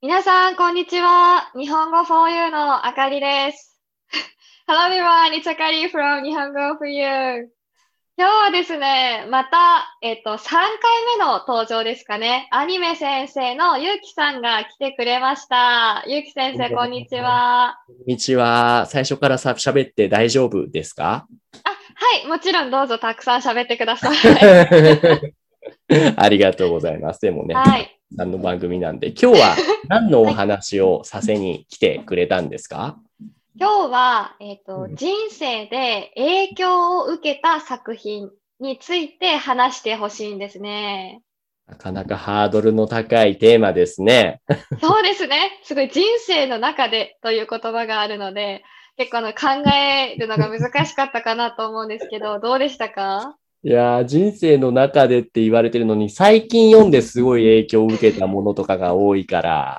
皆さん、こんにちは。日本語 for you のあかりです。Hello everyone, it's Akari from 日本語 for you. 今日はですね、また、3回目の登場ですかね。アニメ先生のゆうきさんが来てくれました。ゆうき先生、こんにちは。 こんにちは。最初から喋って大丈夫ですか？ あ、はい、もちろんどうぞたくさん喋ってください。 ありがとうございます。でもね、 はい。 何の番組なんで、今日は何のおはい。 話をさせに来てくれたんですか？ 今日は、 うん。 人生で影響を受けた作品について話してほしいんですね。 なかなかハードルの高いテーマですね。 そうですね。すごい人生の中でという言葉があるので、結構考えるのが難しかったかなと思うんですけど、どうでしたか？ いやー、人生の中でって言われてるのに、最近読んですごい影響を受けたものとかが多いから、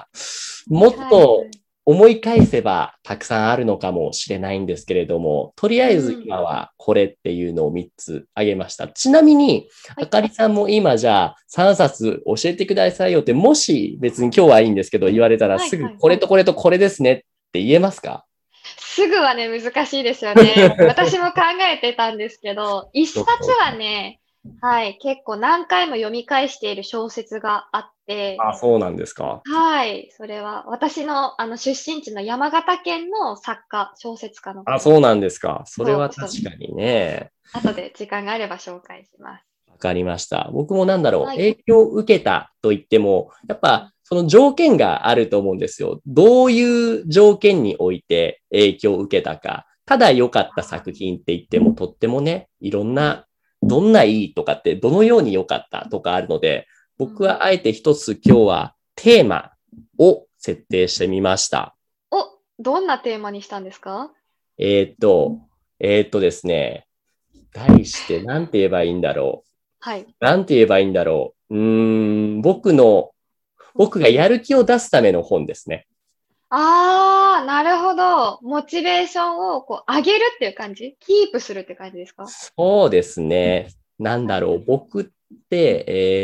もっはいとはい。 思い返せばたくさんあるのかもしれないんですけれども、とりあえずうん。 今はこれっていうのを3つ挙げました。ちなみに、 はい。 あかりさんも今じゃあ3冊教えてくださいよって、もし別に今日はいいんですけど言われたらはいすぐはいはい。 これとこれとこれですねって言えますか？ すぐはね、難しいですよね。私も考えてたんですけど、一冊そうそう。 はね、はい、結構何回も読み返している小説があって、 あ、そうなんですか。 はい、それは私の出身地の山形県の作家、小説家のあ、 方で、 そうなんですか。それそう、 は確かにね。 後で時間があれば紹介します。 わかりました。僕もなんだろう、 はい。 影響を受けたと言っても、やっうん。 ぱその条件があると思うんですよ。どういう条件において影響を受けたか。ただ良かった作品って言ってもとってもね、いろんな、どんないいとかってどのように良かったとかあるので、 うん。 僕はあえて一つ今日はテーマを設定してみました。 お、どんなテーマにしたんですか？ えーっと、ですね、題して何て言えばいいんだろはい。 う。なんて言えばいいんだろう。 うん。 僕がやる気を出すための本ですね。 ああ、なるほど。モチベーションを上げるっていう感じ？キープするって感じですか？ そうですね。なんはい。 だろう。僕って、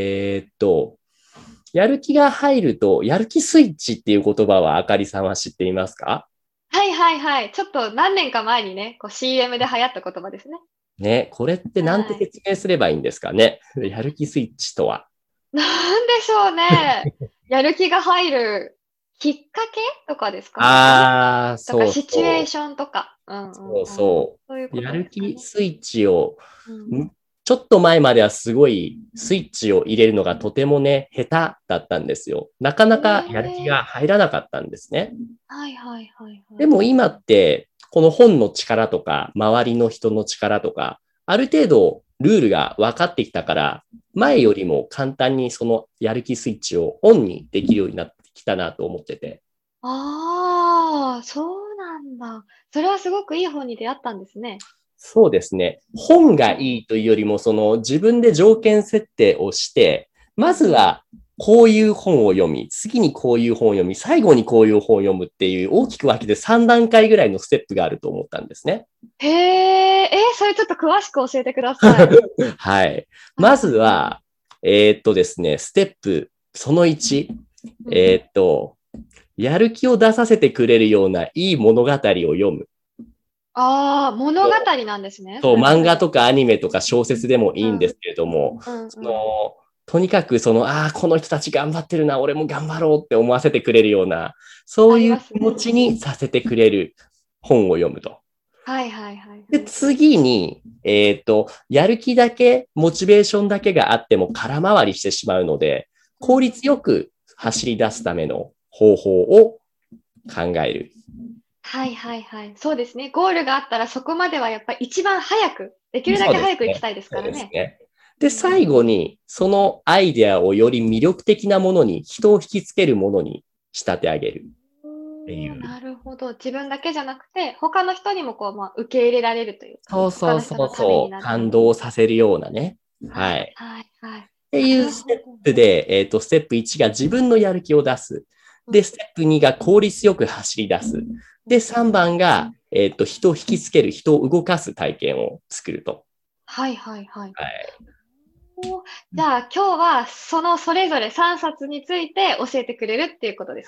やる気が入ると、やる気スイッチっていう言葉はあかりさんは知っていますか？ はいはいはい。ちょっと何年か前にね、CM で流行った言葉ですね。 ね、これってなんてはい。 説明すればいいんですかね。やる気スイッチとは。 なんでしょうね。やる気が入るきっかけとかですか？ ああ、 とか、 そうシチュエーそションとか。うんうう。そうんうん。 そそういうう。 ことやるですかね。 気スイッチをうん。 ちょっと前まではすごいスイッチを入れるのがとてもね、下手だったんですよ。なかなかやる気ええ、 が入らなかったんですね。 はいはいはいはい。 でも今って、この本の力とか、周りの人の力とか、ある程度ルールが分かってきたから、前よりも簡単にそのやる気スイッチをオンにできるようになってきたなと思ってて。 ああ、そうなんだ。それはすごくいい本に出会ったんですね。 そうですね。本がうん。 いいというよりも、その自分で条件設定をして、まずうん。 はこういう本を読み、次にこういう本を読み、最後にこういう本を読むっていう大きく分けて3段階ぐらいのステップがあると思ったんですね。 へえ、それちょっと詳しく教えてください。 はい。まはいはい。 ずは、ですね、ステップその1、 うん。 やる気を出させてくれるようないい物語を読む。 ああ、物語なんですね、そそう、 れは。 漫画とかアニメとか小説でもいうん。 いんですけれども、 うんその、 うん。 とにかくこの人たち頑張ってるな、俺も頑張ろうって思わせてくれるような、そありういうますね。 気持ちにさせてくれる本を読むと。 はいはいはいで、 はい。 次に、やる気だけ、モチベーションだけがあっても空回りしてしまうので、効うん。 率よく走り出すための方法を考える。 はいはいはい。そうですね。ゴールがあったらそこまではやっぱり一番早く、できるだそうけですね。 早く行きたいですそうからね。 ですね。で、 うん。 最後に、そのアイデアをより魅力的なものに、人を引きつけるものに仕立て上げるっていおー、 う。 なるほど。自分だけじゃなくて、他の人にも受け入れられるというか、 そうそうそう他の人のためにそう、 なるような。 感動させるようなね。はい。 はいはい。 ってないうステるほど。 ップで、ステップ1が自分のやる気を出す。で、 うん。 ステップ2が効率よく走り出す。で、 うん。 3番が、人を引きつける、人を動かす体験を作ると。 はいはいはい。 はい。 おー、じゃあ今日はそのそれぞれ3冊について教えてくれるっていうことですか？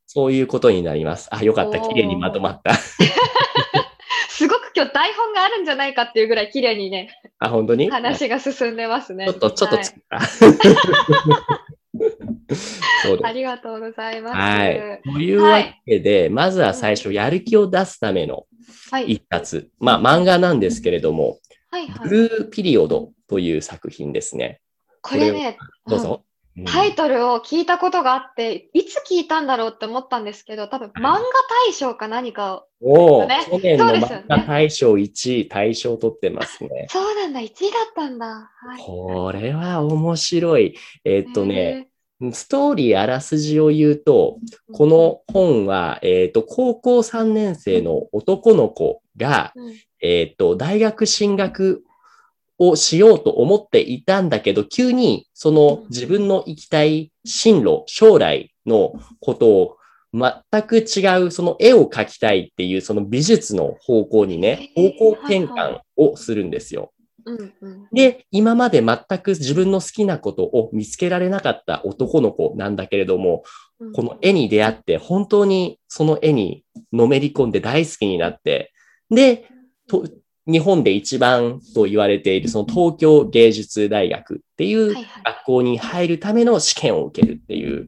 そういうことになります。あ、よかった。綺麗にまとまった。 すごく今日台本があるんじゃないかっていうぐらい綺麗にね、 あ、本当に話が進んでますね。 ちょっと作った。そうです。 ありがとうございます。 はい。というわけで、まずは最初、やる気を出すための一冊。まあ、漫画なんですけれども、ブルーピリオドという作品ですね。 これね、 どうぞ。 タイトルを聞いたことがあって、いつ聞いたんだろうって思ったんですけど、多分漫画大賞か何かを、去年の漫画大賞1位、大賞を取ってますね。 そうなんだ、1位だったんだ。 これは面白い。ストーリーあらすじを言うと、この本は、高校3年生の男の子が、大学進学をしようと思っていたんだけど、急にその自分の行きたい進路、将来のことを全く違う、その絵を描きたいっていうその美術の方向にね、方向転換をするんですよ。で、今まで全く自分の好きなことを見つけられなかった男の子なんだけれども、この絵に出会って本当にその絵にのめり込んで大好きになって、で、日本で一番と言われているその東京芸術大学っていう学校に入るための試験を受けるっていう。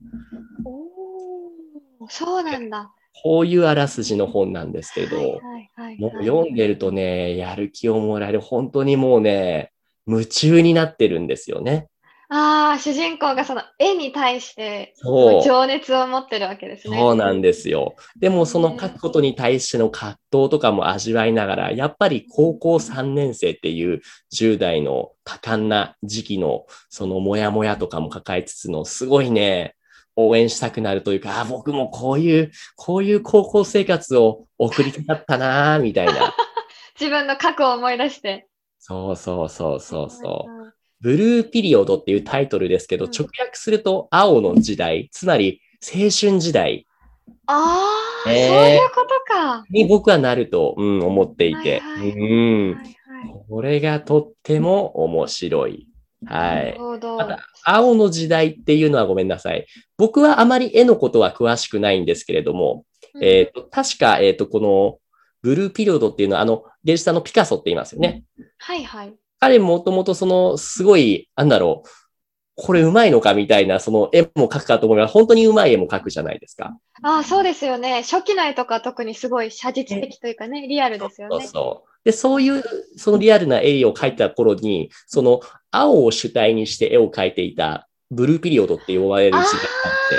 そうなんだ。 こういうあらすじの本なんですけれど、もう読んでるとね、やる気をもらえる。本当にもうね、夢中になってるんですよね。 ああ、主人公がその絵に対して情熱を持ってるわけですね。 そうなんですよ。でもその書くことに対しての葛藤とかも味わいながら、やっぱり高校3年生っていう10代の多感な時期のそのモヤモヤとかも抱えつつのすごいね、応援したくなるというか、僕もこういう高校生活を送りたかったなみたいな。 自分の過去を思い出して。 そう。ブルーピリオドっていうタイトルですけど、直訳すると青の時代、つまり青春時代。 ああ、そういうことか。 に僕はなると、思っていて。これがとっても面白い。はい。また、青の時代っていうのはごめんなさい。僕はあまり絵のことは詳しくないんですけれども、確か、このブルーピリオドっていうのは、芸術家のピカソって言いますよね。彼もともとすごい、これうまいのかみたいな、その絵も描くかと思えば、本当にうまい絵も描くじゃないですか。 ああ、そうですよね。初期の絵とか特にすごい写実的というかね、リアルですよね。 で、そういう、そのリアルな絵を描いた頃に、その青を主体にして絵を描いていた、ブルーピリオドって呼ばれる時代があって。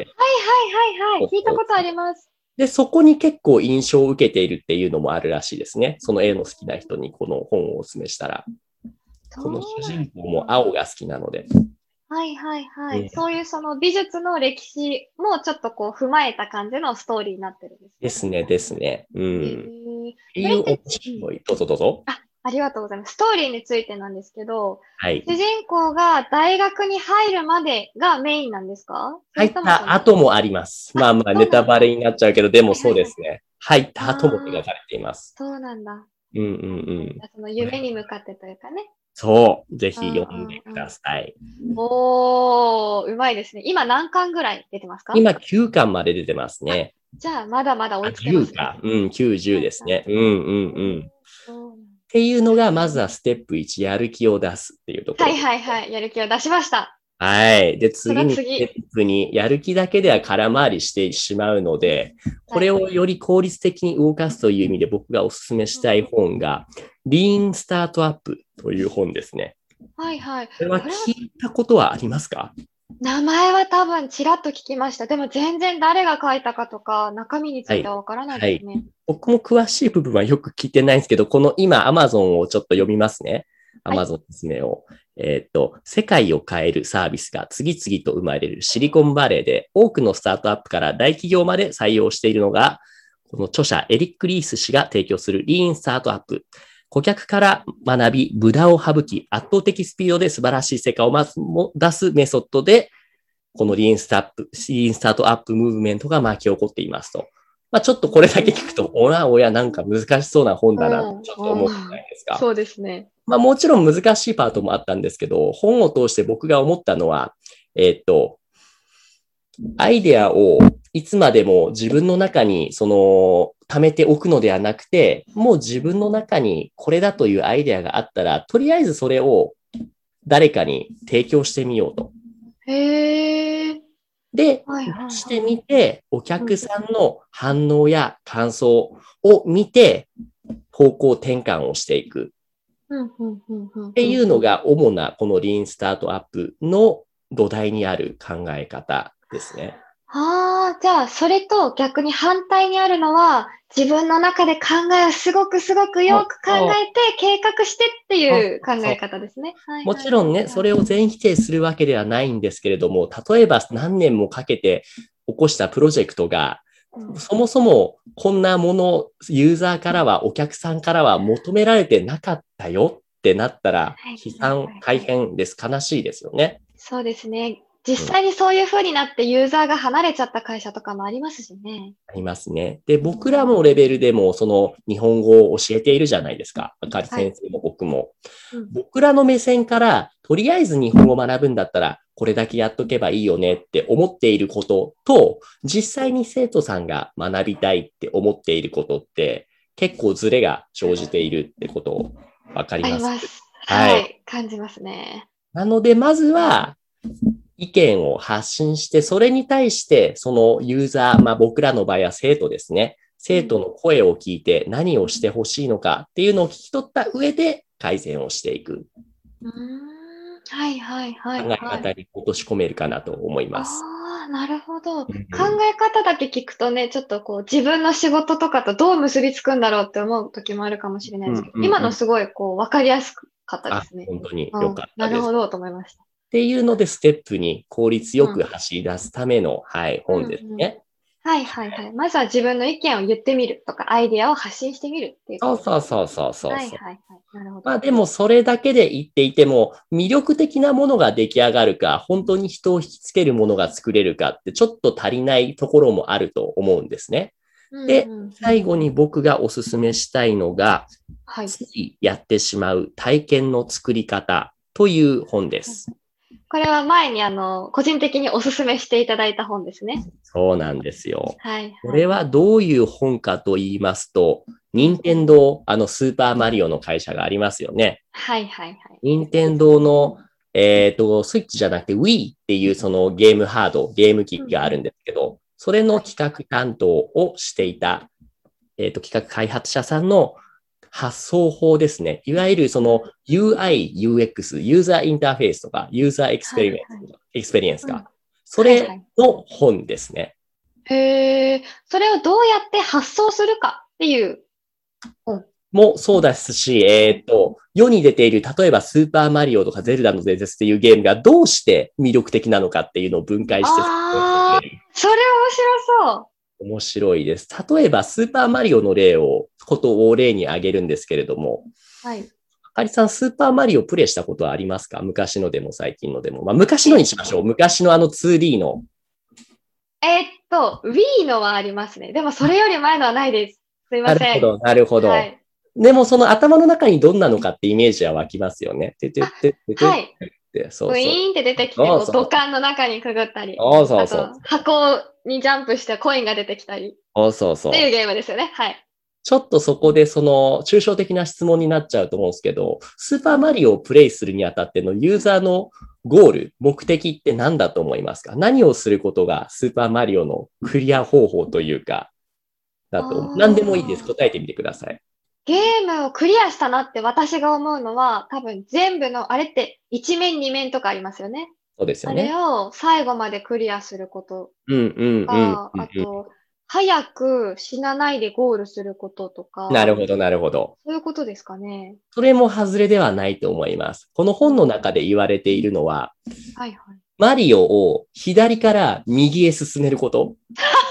聞いたことあります。 で、そこに結構印象を受けているっていうのもあるらしいですね。その絵の好きな人にこの本をお勧めしたら。この主人公も青が好きなので。 そういうその美術の歴史もちょっとこう踏まえた感じのストーリーになってるんですね。ですね。っていう面白い。どうぞ。 ありがとうございます。ストーリーについてなんですけど、主人公が大学に入るまでがメインなんですか？ 入った後もあります。まあネタバレになっちゃうけど、でもそうですね。入った後も描かれています。 そうなんだ。 その夢に向かってというかね。 そう。ぜひ読んでください。 おー、うまいですね。今何巻ぐらい出てますか？ 今9巻まで出てますね。 じゃあ、まだまだ追いつけます、ね。 10か。90ですね。っていうのが、まずはステップ1、やる気を出すっていうところ。 やる気を出しました。 で、次にステップ2、やる気だけでは空回りしてしまうので、これをより効率的に動かすという意味で僕がお勧めしたい本が、リーンスタートアップという本ですね。これは聞いたことはありますか？ 名前は多分ちらっと聞きました。でも全然誰が書いたかとか中身についてはわからないですね。 僕も詳しい部分はよく聞いてないんですけど、この今 Amazon をちょっと読みますね。Amazon ですねを。世界を変えるサービスが次々と生まれるシリコンバレーで多くのスタートアップから大企業まで採用しているのが、この著者エリック・リース氏が提供するリーンスタートアップ。顧客から学び、無駄を省き、圧倒的スピードで素晴らしい成果を出すメソッドで、このリーンスタートアップムーブメントが巻き起こっていますと。ちょっとこれだけ聞くと、なんか難しそうな本だなとちょっと思うじゃないですか。 そうですね。 もちろん難しいパートもあったんですけど、本を通して僕が思ったのは、アイデアをいつまでも自分の中に貯めておくのではなくて、もう自分の中にこれだというアイデアがあったら、とりあえずそれを誰かに提供してみようと。 へえ。 で、 はいはいはい。 してみて、お客さんの反応や感想を見て、方向転換をしていく。っていうのが主なこのリーンスタートアップの土台にある考え方ですね。 ああ、じゃあ、それと逆に反対にあるのは、自分の中で考えをすごくすごくよく考えて、計画してっていう考え方ですね。 もちろんね、それを全否定するわけではないんですけれども、例えば何年もかけて起こしたプロジェクトが、そもそもこんなもの、ユーザーからは、お客さんからは求められてなかったよってなったら、悲惨、大変です。悲しいですよね。 そうですね。実際にそういう風になってユーザーが離れちゃった会社とかもありますしね。 ありますね。で、僕らのレベルでも、日本語を教えているじゃないですか。あかり先生も僕も。僕らの目線から、とりあえず日本語を学ぶんだったら、これだけやっとけばいいよねって思っていることと、実際に生徒さんが学びたいって思っていることって、結構ズレが生じているってことわかります？ あります。はい。感じますね。 なので、まずは、意見を発信して、それに対して、そのユーザー、僕らの場合は生徒ですね。生徒の声を聞いて何をしてほしいのかっていうのを聞き取った上で改善をしていく。 はいはいはい。 考え方に落とし込めるかなと思います。 ああ、なるほど。考え方だけ聞くとね、ちょっと自分の仕事とかとどう結びつくんだろうって思う時もあるかもしれないですけど、今のすごいわかりやすかったですね。 本当に良かったです。 なるほどと思いました。 っていうので、ステップに効率よく走り出すための、本ですね。 はいはいはい。まずは自分の意見を言ってみるとか、アイデアを発信してみるっていう。 そう。 はいはいはい。なるほど。 でもそれだけで言っていても、魅力的なものが出来上がるか、本当に人を引きつけるものが作れるかって、ちょっと足りないところもあると思うんですね。で、最後に僕がお勧めしたいのが、ついやってしまう体験の作り方という本です。 これは前に個人的にお勧めしていただいた本ですね。 そうなんですよ。 はい。 これはどういう本かと言いますと、任天堂、スーパーマリオの会社がありますよね。 はいはいはい。 任天堂の、スイッチじゃなくて Wii っていうそのゲーム機があるんですけど、それの企画担当をしていた、企画開発者さんの発想法ですね。いわゆるその UI、UX、ユーザーインターフェースとか、ユーザーエクスペリエンスか。それの本ですね。 へえ、それをどうやって発想するかっていう本。 もそうですし、世に出ている、例えばスーパーマリオとかゼルダの伝説っていうゲームがどうして魅力的なのかっていうのを分解して。 ああ、それ面白そう。 面白いです。例えば、スーパーマリオのことを例に挙げるんですけれども、 はい。 あかりさん、スーパーマリオプレイしたことはありますか？昔のでも最近のでも。昔のにしましょう。昔の2D の。 Wii のはありますね。でもそれより前のはないです。すいません。 なるほど。はい、でも、その頭の中にどんなのかってイメージは湧きますよね。はい。 ウィーンって出てきて、土管の中にくぐったり。 あと、箱にジャンプしてコインが出てきたり。っていうゲームですよね。はい。 ちょっとそこで抽象的な質問になっちゃうと思うんですけど、スーパーマリオをプレイするにあたってのユーザーのゴール、目的って何だと思いますか？何をすることがスーパーマリオのクリア方法というか、何でもいいです。答えてみてください。 ゲームをクリアしたなって私が思うのは、多分全部の、あれって1面2面とかありますよね。 そうですよね。 あれを最後までクリアすることあと、早く死なないでゴールすることとか。 なるほど、なるほど。 そういうことですかね。 それも外れではないと思います。この本の中で言われているのは、 はいはい、 マリオを左から右へ進めること。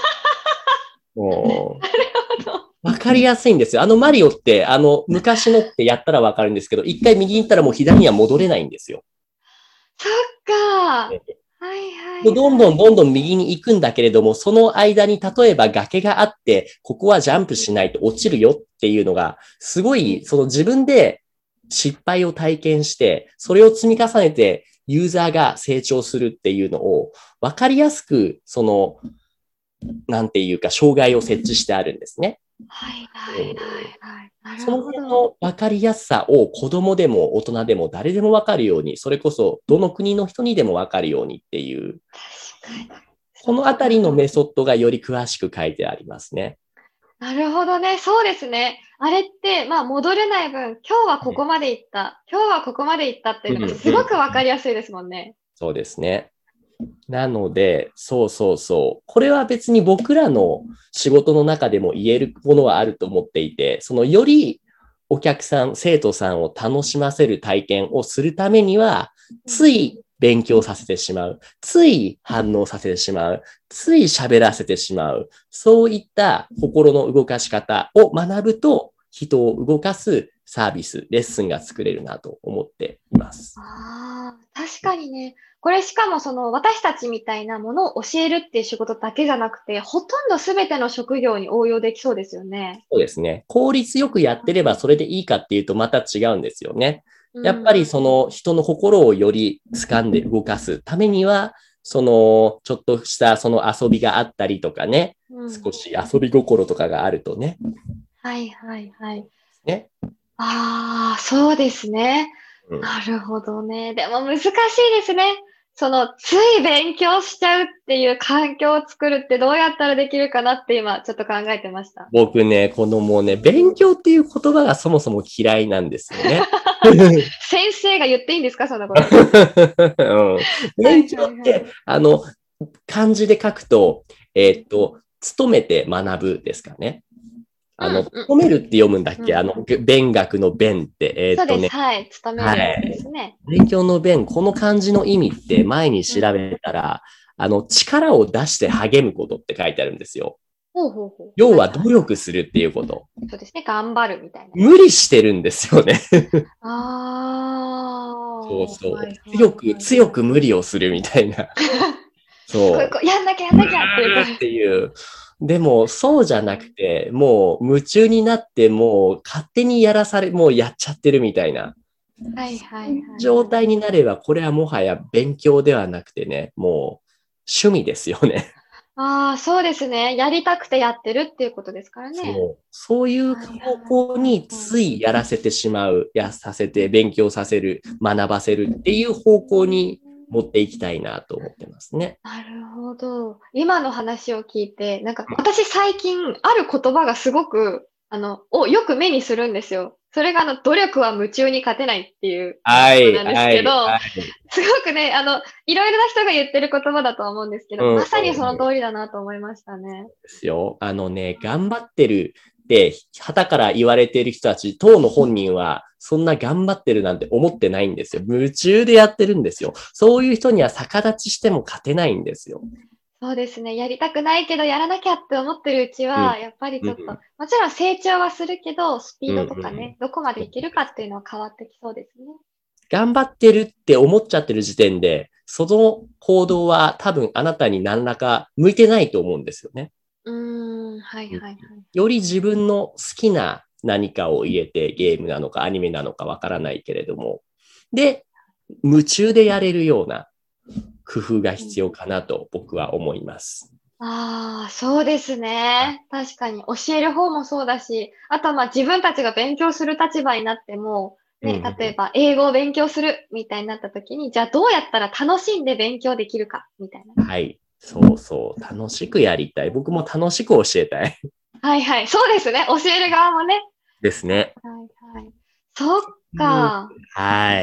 わかりやすいんですよ。マリオって、昔のってやったらわかるんですけど、一回右に行ったらもう左には戻れないんですよ。 そっか。 どんどん右に行くんだけれども、その間に例えば崖があって、ここはジャンプしないと落ちるよっていうのが、すごい、自分で失敗を体験して、それを積み重ねてユーザーが成長するっていうのを、わかりやすく、 なんていうか、障害を設置してあるんですね。 はいはいはいはい。なるそのほど。 辺の分かりやすさを子供でも大人でも誰でも分かるように、それこそどの国の人にでも分かるようにっていう、 確かに。 このあたりのメソッドがより詳しく書いてありますね。 なるほどね。そうですね。あれって、まあ戻れない分、今日はここまで行った、今日はここまで行ったっていうのがすごくわかりやすいですもんね。 そうですね。なので、そうそうそう。これは別に僕らの仕事の中でも言えるものはあると思っていて、そのよりお客さん、生徒さんを楽しませる体験をするためには、つい勉強させてしまう、つい反応させてしまう、つい喋らせてしまう、そういった心の動かし方を学ぶと、人を動かすサービス、レッスンが作れるなと思っています。 ああ、確かにね。これしかもその私たちみたいなものを教えるっていう仕事だけじゃなくて、ほとんど全ての職業に応用できそうですよね。 そうですね。効率よくやってればそれでいいかっていうとまた違うんですよね。 うん。 やっぱりその人の心をより掴んで動かすためには、そのちょっとしたその遊びがあったりとかね、 うん。 少し遊び心とかがあるとね。 はいはいはい。 ね。 ああ、そうですね。 うん、 なるほどね。でも難しいですね。その、つい勉強しちゃうっていう環境を作るってどうやったらできるかなって今ちょっと考えてました。 僕ね、このもうね、勉強っていう言葉がそもそも嫌いなんですよね。 先生が言っていいんですかそんなこと。 うん、 はい勉強って、 はいはい。 漢字で書くと、 うん。 勤めて学ぶですかね。 うんうん勤めるって読むんだっけ、 うん。 勉学の勉って、 そうです。はい。勤めはるでい。 すね。 勉強の勉、この漢字の意味って前に調うん。 べたら、力を出して励むことって書いてあるんですよ。 ほうほうほう。 要は努はいはい。 力するっていうこと。 そうですね。頑張るみたいな意味無理ですね。 してるんですよね。 あそうあ、 そう。 はいはいはいはい。 強く無理をするみたいな。 すごい、 そう。 こう、やんなきゃやんなきゃっていう感じ。 っていう。でも、そうじゃなくて、もう夢中になって、もう勝手にやらされ、もうやっちゃってるみたいな。 はいはいはい状はい。 態になれば、これはもはや勉強ではなくてね、もう趣味ですよね。 ああ、そうですね。やりたくてやってるっていうことですからね。 そう。そういうはいはい方向はいについやらせてしまう、させて勉強させる、学ばせるっていう方向に持っていきたいなと思ってますね。 なるほど。今の話を聞いて、なんか私最近ある言葉がすごく、よく目にするんですよ。それが努力は夢中に勝てないっていうはい、 言葉なんですはい、 けど、 はい。 すごくね、いろいろな人が言ってる言葉だとは思うんですけど、 うん、うん、 まさにそのうん。 通りだなと思いましたね。 ですよ。頑張ってるって、旗から言われている人たち、当の本人は、そんな頑張ってるなんて思ってないんですよ。夢中でやってるんですよ。そういう人には逆立ちしても勝てないんですよ。 そうですね。やりたくないけど、やらなきゃって思ってるうちは、 うん、 やっぱりちょっと、 うん、 もちろん成長はするけど、スピーうん、 ドうん。 とかね、どこまでいけるかっていうのは変わってきそうですね。 頑張ってるって思っちゃってる時点で、その行動は多分あなたに何らか向いてないと思うんですよね。 はいはいはい。 より自分の好きな何かを入れてゲームなのかアニメなのかわからないけれども、で、夢中でやれるような工夫が必要かなと僕は思います。 ああ、そうですね。確かに。教える方もそうだし、あとはまあ自分たちが勉強する立場になっても、ね、 うん、 例えば英語を勉強するみたいになった時に、じゃあどうやったら楽しんで勉強できるかみたいな。 はい。そうそう。楽しくやりたい。僕も楽しく教えたい。 はいはい。そうですね。教える側もね。 ですね。 はいはい。そっうん、 か。 はい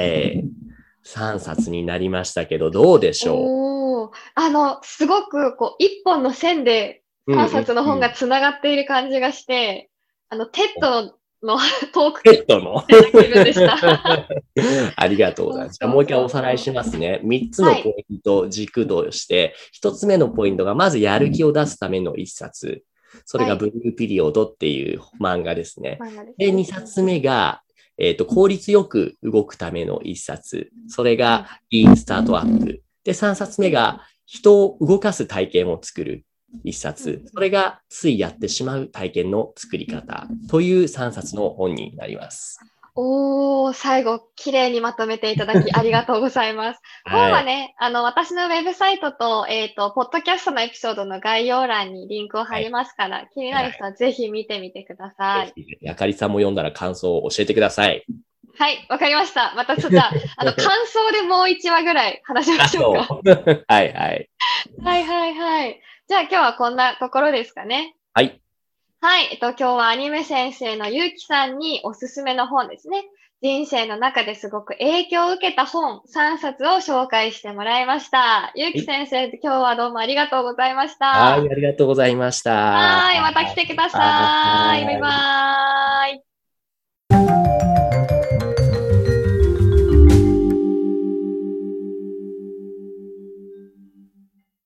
。3冊になりましたけど、どうでしょおー。すごくこう、一本の線でう。うん、 3 うん、 冊の本がうん。 つながっている感じがして、テッドのトーク聞いペットのてた気分でした。 ありがとうございます。じゃあもう一回そうそうそうおさらいしそう。 ますね。3つのポはい。 イントを軸として、1つ目のポイントがまずやる気を出すための1冊。それはい。 がブルーピリオドっていう漫画ですね。 漫画ですで、 ね。 2冊目が、効率よく動くための1冊。それがうん。 リーンスタートアップ。で、3冊目が人を動かす体験を作る。一うん。 冊。それがついやってしまう体験の作り方という3冊の本になります。 おー、最後、綺麗にまとめていただきありがとうございます。本はい。 はね、私のウェブサイトと、ポッドキャストのエピソードの概要欄にリンクを貼りはい。 ますから、気になる人はい。 はぜひ見てみてください。 ぜひ、あかりさんも読んだら感想を教えてください。 はい、わかりました。またじゃあ、感想でもう1話ぐらい話しまあ、 しょうか。 そう。はいはい。 はいはいはい。じゃあ今日はこんなところですかね。 はい。 はい。今日はアニメ先生のゆうきさんにおすすめの本ですね。人生の中ですごく影響を受けた本3冊を紹介してもらいました。ゆうき先生、今日はどうもありがとうございましはい、 た。 ありがとうございました。 はい。また来てくだはさい。バイい。 バーイ。